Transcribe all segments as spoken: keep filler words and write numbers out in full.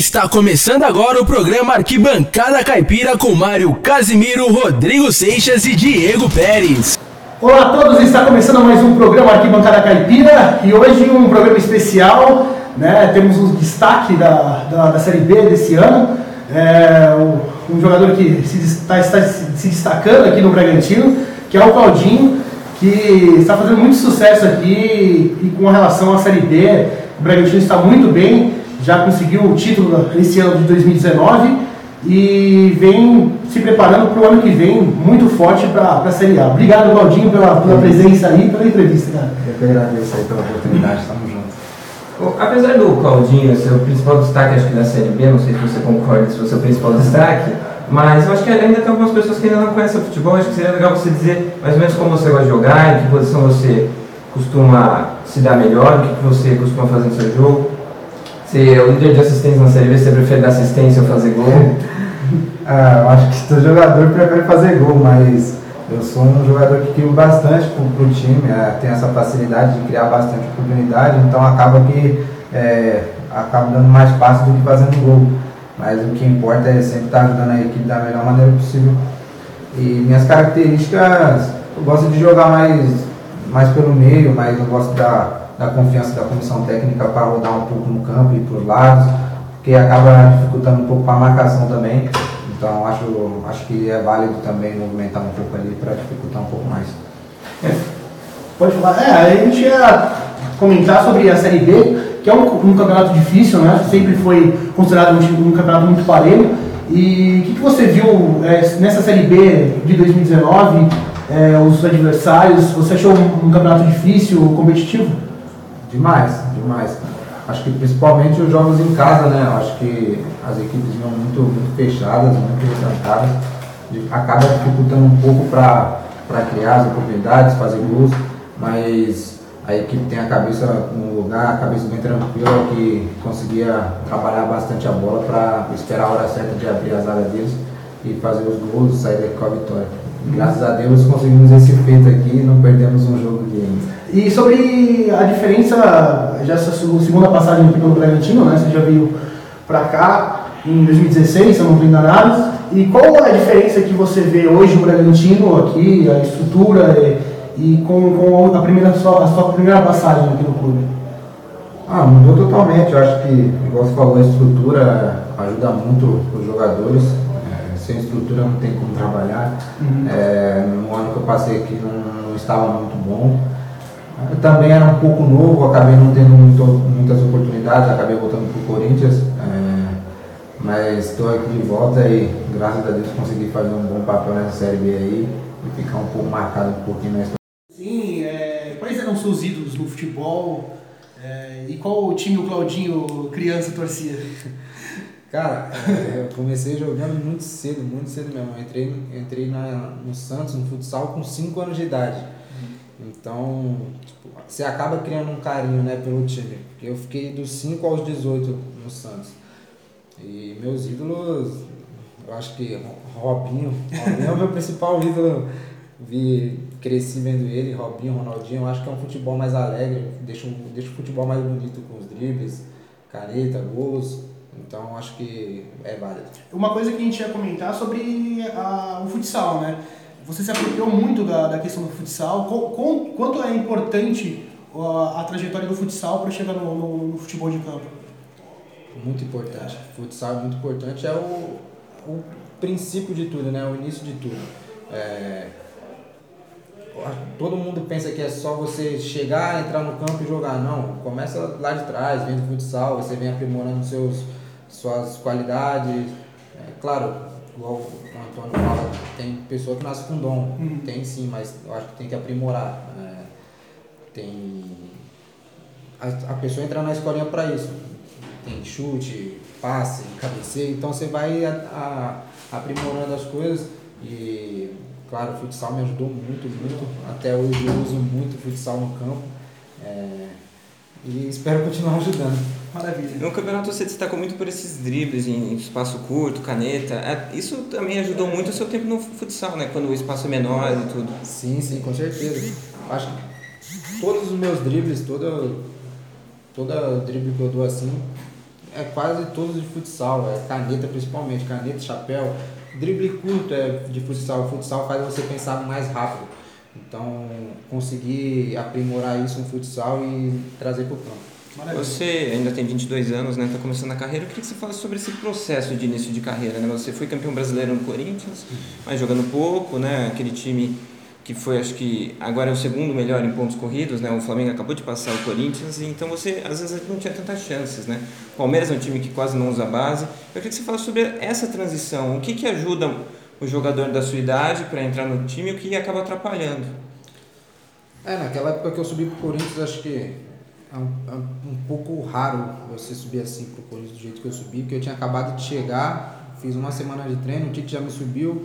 Está começando agora o programa Arquibancada Caipira com Mário Casimiro, Rodrigo Seixas e Diego Pérez. Olá a todos, está começando mais um programa Arquibancada Caipira e hoje um programa especial, né? Temos um destaque da, da, da Série B desse ano, é, um, um jogador que se, está, está se destacando aqui no Bragantino, que é o Claudinho, que está fazendo muito sucesso aqui e com relação à Série B, o Bragantino está muito bem. Já conseguiu o título esse ano de dois mil e dezenove e vem se preparando para o ano que vem muito forte para a Série A. Obrigado, Claudinho, pela, pela presença aí e pela entrevista, cara. Eu que agradeço aí pela oportunidade, estamos juntos. Bom, apesar do Claudinho ser o principal destaque, acho que da Série B, não sei se você concorda, se você é o principal destaque, mas eu acho que ainda tem algumas pessoas que ainda não conhecem o futebol. Acho que seria legal você dizer mais ou menos como você gosta de jogar, em que posição você costuma se dar melhor, o que você costuma fazer no seu jogo. Você é o líder de assistência na Série B, você prefere dar assistência ou fazer gol? Ah, eu acho que todo jogador prefere fazer gol, mas eu sou um jogador que crio bastante para o time, é, tem essa facilidade de criar bastante oportunidade, então acaba que é, acaba dando mais passe do que fazendo gol. Mas o que importa é sempre estar ajudando a equipe da melhor maneira possível. E minhas características, eu gosto de jogar mais, mais pelo meio, mas eu gosto da da confiança da comissão técnica para rodar um pouco no campo e por os lados, porque acaba dificultando um pouco para a marcação também. Então acho, acho que é válido também movimentar um pouco ali para dificultar um pouco mais. É. Pode falar. É, a gente ia comentar sobre a Série B, que é um, um campeonato difícil, né? Sempre foi considerado um, um campeonato muito parelho. E o que, que você viu é, nessa Série B de dois mil e dezenove, é, os adversários? Você achou um, um campeonato difícil, competitivo? Demais, demais. Acho que principalmente os jogos em casa, né? Acho que as equipes vinham muito, muito fechadas, muito retrancadas. Acaba dificultando um pouco para criar as oportunidades, fazer gols, mas a equipe tem a cabeça no lugar, a cabeça bem tranquila, que conseguia trabalhar bastante a bola para esperar a hora certa de abrir as áreas deles e fazer os gols e sair daqui com a vitória. E, graças a Deus conseguimos esse feito aqui e não perdemos um jogo aqui ainda. E sobre a diferença, já essa segunda passagem aqui pelo Bragantino, né? Você já veio para cá em dois mil e dezesseis, se eu não estou enganado. E qual é a diferença que você vê hoje no Bragantino aqui, a estrutura e, e com, com a, primeira, a sua primeira passagem aqui no clube? Ah, mudou totalmente. Eu acho que, igual você falou, a estrutura ajuda muito os jogadores. É, sem estrutura não tem como trabalhar. Uhum. É, no ano que eu passei aqui não, não estava muito bom. Eu também era um pouco novo, acabei não tendo muito, muitas oportunidades, acabei voltando para o Corinthians, é, mas estou aqui de volta e graças a Deus consegui fazer um bom papel nessa Série B aí e ficar um pouco marcado um pouquinho nessa. Sim, é, quais eram seus ídolos no futebol é, e qual time o Claudinho criança torcia? Cara, é, eu comecei jogando muito cedo, muito cedo mesmo, eu entrei, entrei na, no Santos, no futsal com cinco anos de idade. Então, tipo, você acaba criando um carinho, né, pelo time. Eu fiquei dos cinco aos dezoito no Santos. E meus ídolos, eu acho que Robinho, Robinho é o meu principal ídolo. Vi, cresci vendo ele, Robinho, Ronaldinho. Eu acho que é um futebol mais alegre, deixa, deixa o futebol mais bonito com os dribles, caneta, gols. Então, acho que é válido. Uma coisa que a gente ia comentar sobre a, o futsal, né? Você se apropriou muito da, da questão do futsal. Com, com, quanto é importante a, a trajetória do futsal para chegar no, no, no futebol de campo? Muito importante. Futsal é muito importante. É o, o princípio de tudo, né? O início de tudo. É, todo mundo pensa que é só você chegar, entrar no campo e jogar. Não. Começa lá de trás, vem do futsal, você vem aprimorando seus, suas qualidades. É, claro, igual o Antônio fala, tem pessoa que nasce com dom, uhum. Tem sim, mas eu acho que tem que aprimorar. É, tem a, a pessoa entra na escolinha para isso, tem chute, passe, cabeceio, então você vai a, a, aprimorando as coisas e, claro, o futsal me ajudou muito, muito, até hoje eu uso muito futsal no campo é, e espero continuar ajudando. Maravilha. No campeonato você destacou muito por esses dribles em espaço curto, caneta. Isso também ajudou muito o seu tempo no futsal, né? Quando o espaço é menor e tudo. Sim, sim, com certeza. Acho que todos os meus dribles, toda, toda drible que eu dou assim, é quase todos de futsal, é caneta principalmente, caneta, chapéu, drible curto é de futsal, o futsal faz você pensar mais rápido. Então, conseguir aprimorar isso no futsal e trazer para o campo. Maravilha. Você ainda tem vinte e dois anos, né? Está começando a carreira. Eu queria que você falasse sobre esse processo de início de carreira, né? Você foi campeão brasileiro no Corinthians, mas jogando pouco, né? Aquele time que foi, acho que agora é o segundo melhor em pontos corridos, né? O Flamengo acabou de passar o Corinthians, e então você às vezes não tinha tantas chances, né? O Palmeiras é um time que quase não usa base. Eu queria que você falasse sobre essa transição. O que que ajuda o jogador da sua idade para entrar no time e o que acaba atrapalhando? É, naquela época que eu subi pro Corinthians, acho que é um, é um pouco raro você subir assim pro Corinthians do jeito que eu subi, porque eu tinha acabado de chegar, fiz uma semana de treino, o Tite já me subiu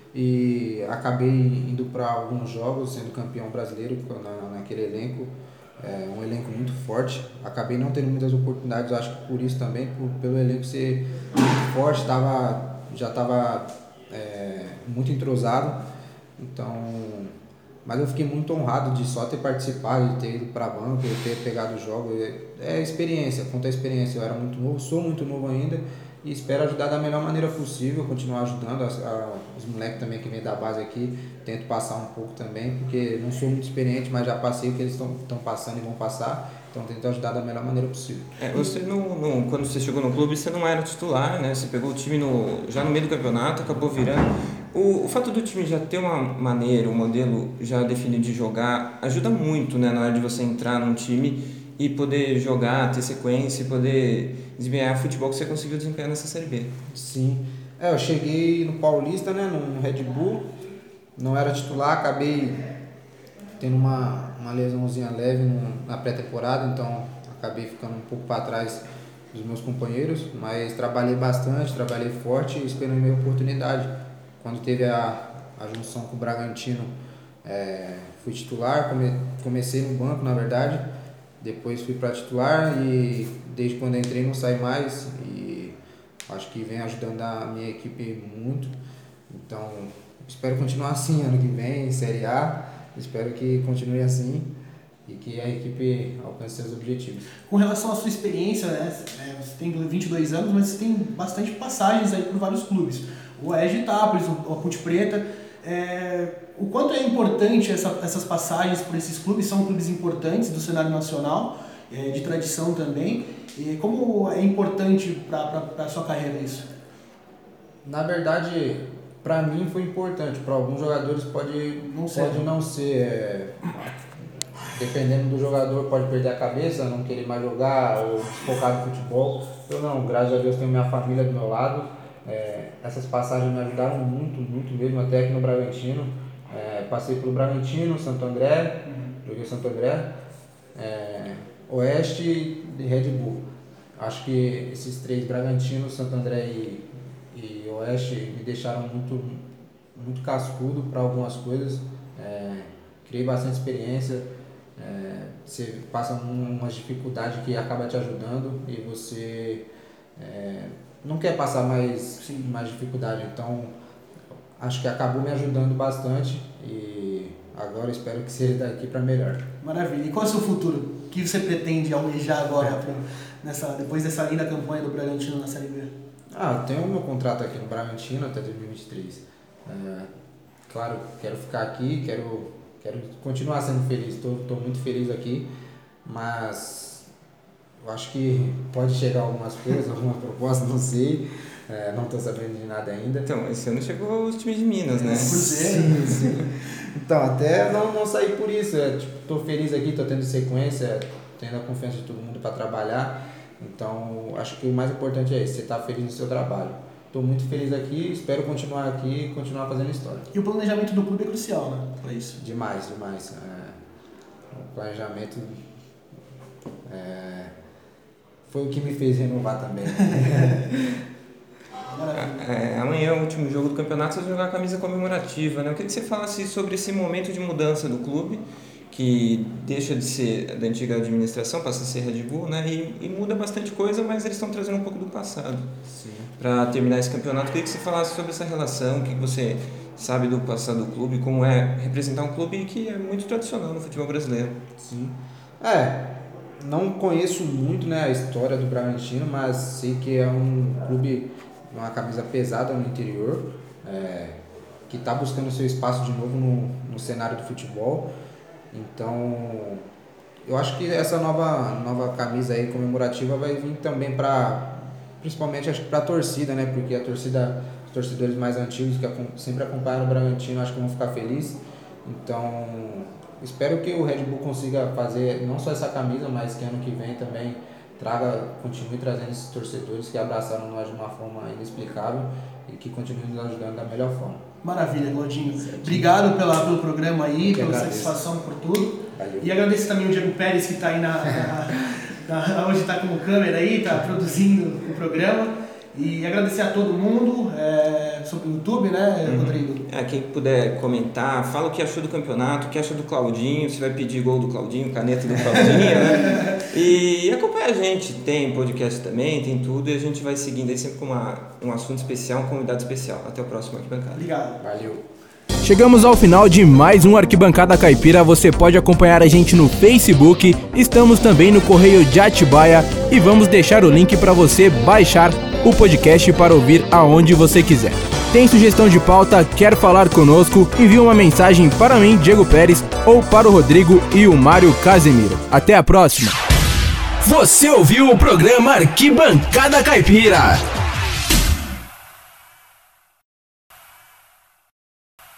e acabei indo para alguns jogos, sendo campeão brasileiro na, naquele elenco, é um elenco muito forte. Acabei não tendo muitas oportunidades, acho que por isso também, por, pelo elenco ser muito forte, tava, já estava é, muito entrosado, então... Mas eu fiquei muito honrado de só ter participado, de ter ido para banco, de ter pegado o jogo. É experiência, conta a experiência. Eu era muito novo, sou muito novo ainda e espero ajudar da melhor maneira possível, continuar ajudando a, a, os moleques também que vêm da base aqui. Tento passar um pouco também, porque não sou muito experiente, mas já passei o que eles estão passando e vão passar. Então tento ajudar da melhor maneira possível. É, você não, não, quando você chegou no clube, você não era titular, né? Você pegou o time no, já no meio do campeonato, acabou virando. O, o fato do time já ter uma maneira, um modelo já definido de jogar, ajuda muito, né, na hora de você entrar num time e poder jogar, ter sequência e poder desempenhar o futebol que você conseguiu desempenhar nessa Série B. Sim. É, eu cheguei no Paulista, né, no Red Bull, não era titular, acabei tendo uma, uma lesãozinha leve no, na pré-temporada, então acabei ficando um pouco para trás dos meus companheiros, mas trabalhei bastante, trabalhei forte e esperando a minha oportunidade. Quando teve a, a junção com o Bragantino, é, fui titular, come, comecei no banco, na verdade, depois fui para titular e desde quando entrei não saí mais e acho que vem ajudando a minha equipe muito. Então, espero continuar assim ano que vem, Série A, espero que continue assim e que a equipe alcance seus objetivos. Com relação à sua experiência, né, você tem vinte e dois anos, mas você tem bastante passagens aí por vários clubes. O Oeste de Itápolis, a Ponte Preta, é, o quanto é importante essa, essas passagens por esses clubes, são clubes importantes do cenário nacional, é, de tradição também, e como é importante para a sua carreira isso? Na verdade, para mim foi importante, para alguns jogadores pode não ser, pode não ser é, dependendo do jogador pode perder a cabeça, não querer mais jogar ou desfocar no futebol. Eu não, graças a Deus tenho minha família do meu lado. É, essas passagens me ajudaram muito, muito mesmo, até aqui no Bragantino. É, passei pelo Bragantino, Santo André, joguei Santo André, é, Oeste e Red Bull. Acho que esses três, Bragantino, Santo André e, e Oeste, me deixaram muito, muito cascudo para algumas coisas. É, criei bastante experiência, é, você passa umas dificuldades que acaba te ajudando e você... É, não quer passar mais, sim, mais dificuldade, então acho que acabou me ajudando bastante e agora espero que seja daqui para melhor. Maravilha. E qual é o seu futuro? O que você pretende almejar agora, nessa, depois dessa linda campanha do Bragantino na Série B? Ah, eu tenho o meu contrato aqui no Bragantino até dois mil e vinte e três. É, claro, quero ficar aqui, quero, quero continuar sendo feliz, estou muito feliz aqui, mas... eu acho que pode chegar algumas coisas, algumas propostas, não sei, é, não estou sabendo de nada ainda. Então, esse ano chegou os times de Minas, né? Sim, sim. Então, até não, não sair por isso, é, tipo, estou feliz aqui, estou tendo sequência, tendo a confiança de todo mundo para trabalhar, então acho que o mais importante é isso, você estar tá feliz no seu trabalho. Estou muito feliz aqui, espero continuar aqui e continuar fazendo história. E o planejamento do clube é crucial, né, para isso? Demais, demais. É, o planejamento... É, foi o que me fez renovar também. é, amanhã é o último jogo do campeonato, você vai jogar a camisa comemorativa, né? Eu queria que você falasse sobre esse momento de mudança do clube, que deixa de ser da antiga administração, passa a ser Red Bull, né? E, e muda bastante coisa, mas eles estão trazendo um pouco do passado. Para terminar esse campeonato, eu queria que você falasse sobre essa relação, o que você sabe do passado do clube, como é representar um clube que é muito tradicional no futebol brasileiro. Sim. É, não conheço muito, né, a história do Bragantino, mas sei que é um clube, uma camisa pesada no interior, é, que está buscando seu espaço de novo no, no cenário do futebol. Então, eu acho que essa nova, nova camisa aí comemorativa vai vir também para, principalmente acho que para a torcida, né, porque a torcida, os torcedores mais antigos que sempre acompanharam o Bragantino, acho que vão ficar felizes. Então, espero que o Red Bull consiga fazer não só essa camisa, mas que ano que vem também traga, continue trazendo esses torcedores que abraçaram nós de uma forma inexplicável e que continuem nos ajudando da melhor forma. Maravilha, Claudinho. Obrigado pela, pelo programa aí, Eu pela agradeço. satisfação por tudo. Valeu. E agradeço também o Diego Pérez, que está aí na, na, na hoje está como câmera aí, está produzindo o programa. E agradecer a todo mundo é, sobre o YouTube, né, Uhum. Rodrigo? É, quem puder comentar, fala o que achou do campeonato, o que achou do Claudinho, se vai pedir gol do Claudinho, caneta do Claudinho, né? E acompanha a gente, tem podcast também, tem tudo, e a gente vai seguindo aí sempre com uma, um assunto especial, um convidado especial. Até o próximo Arquibancada. Obrigado. Valeu. Chegamos ao final de mais um Arquibancada Caipira. Você pode acompanhar a gente no Facebook, estamos também no Correio de Atibaia e vamos deixar o link para você baixar o podcast para ouvir aonde você quiser. Tem sugestão de pauta, quer falar conosco? Envie uma mensagem para mim, Diego Pérez, ou para o Rodrigo e o Mário Casemiro. Até a próxima! Você ouviu o programa Arquibancada Caipira.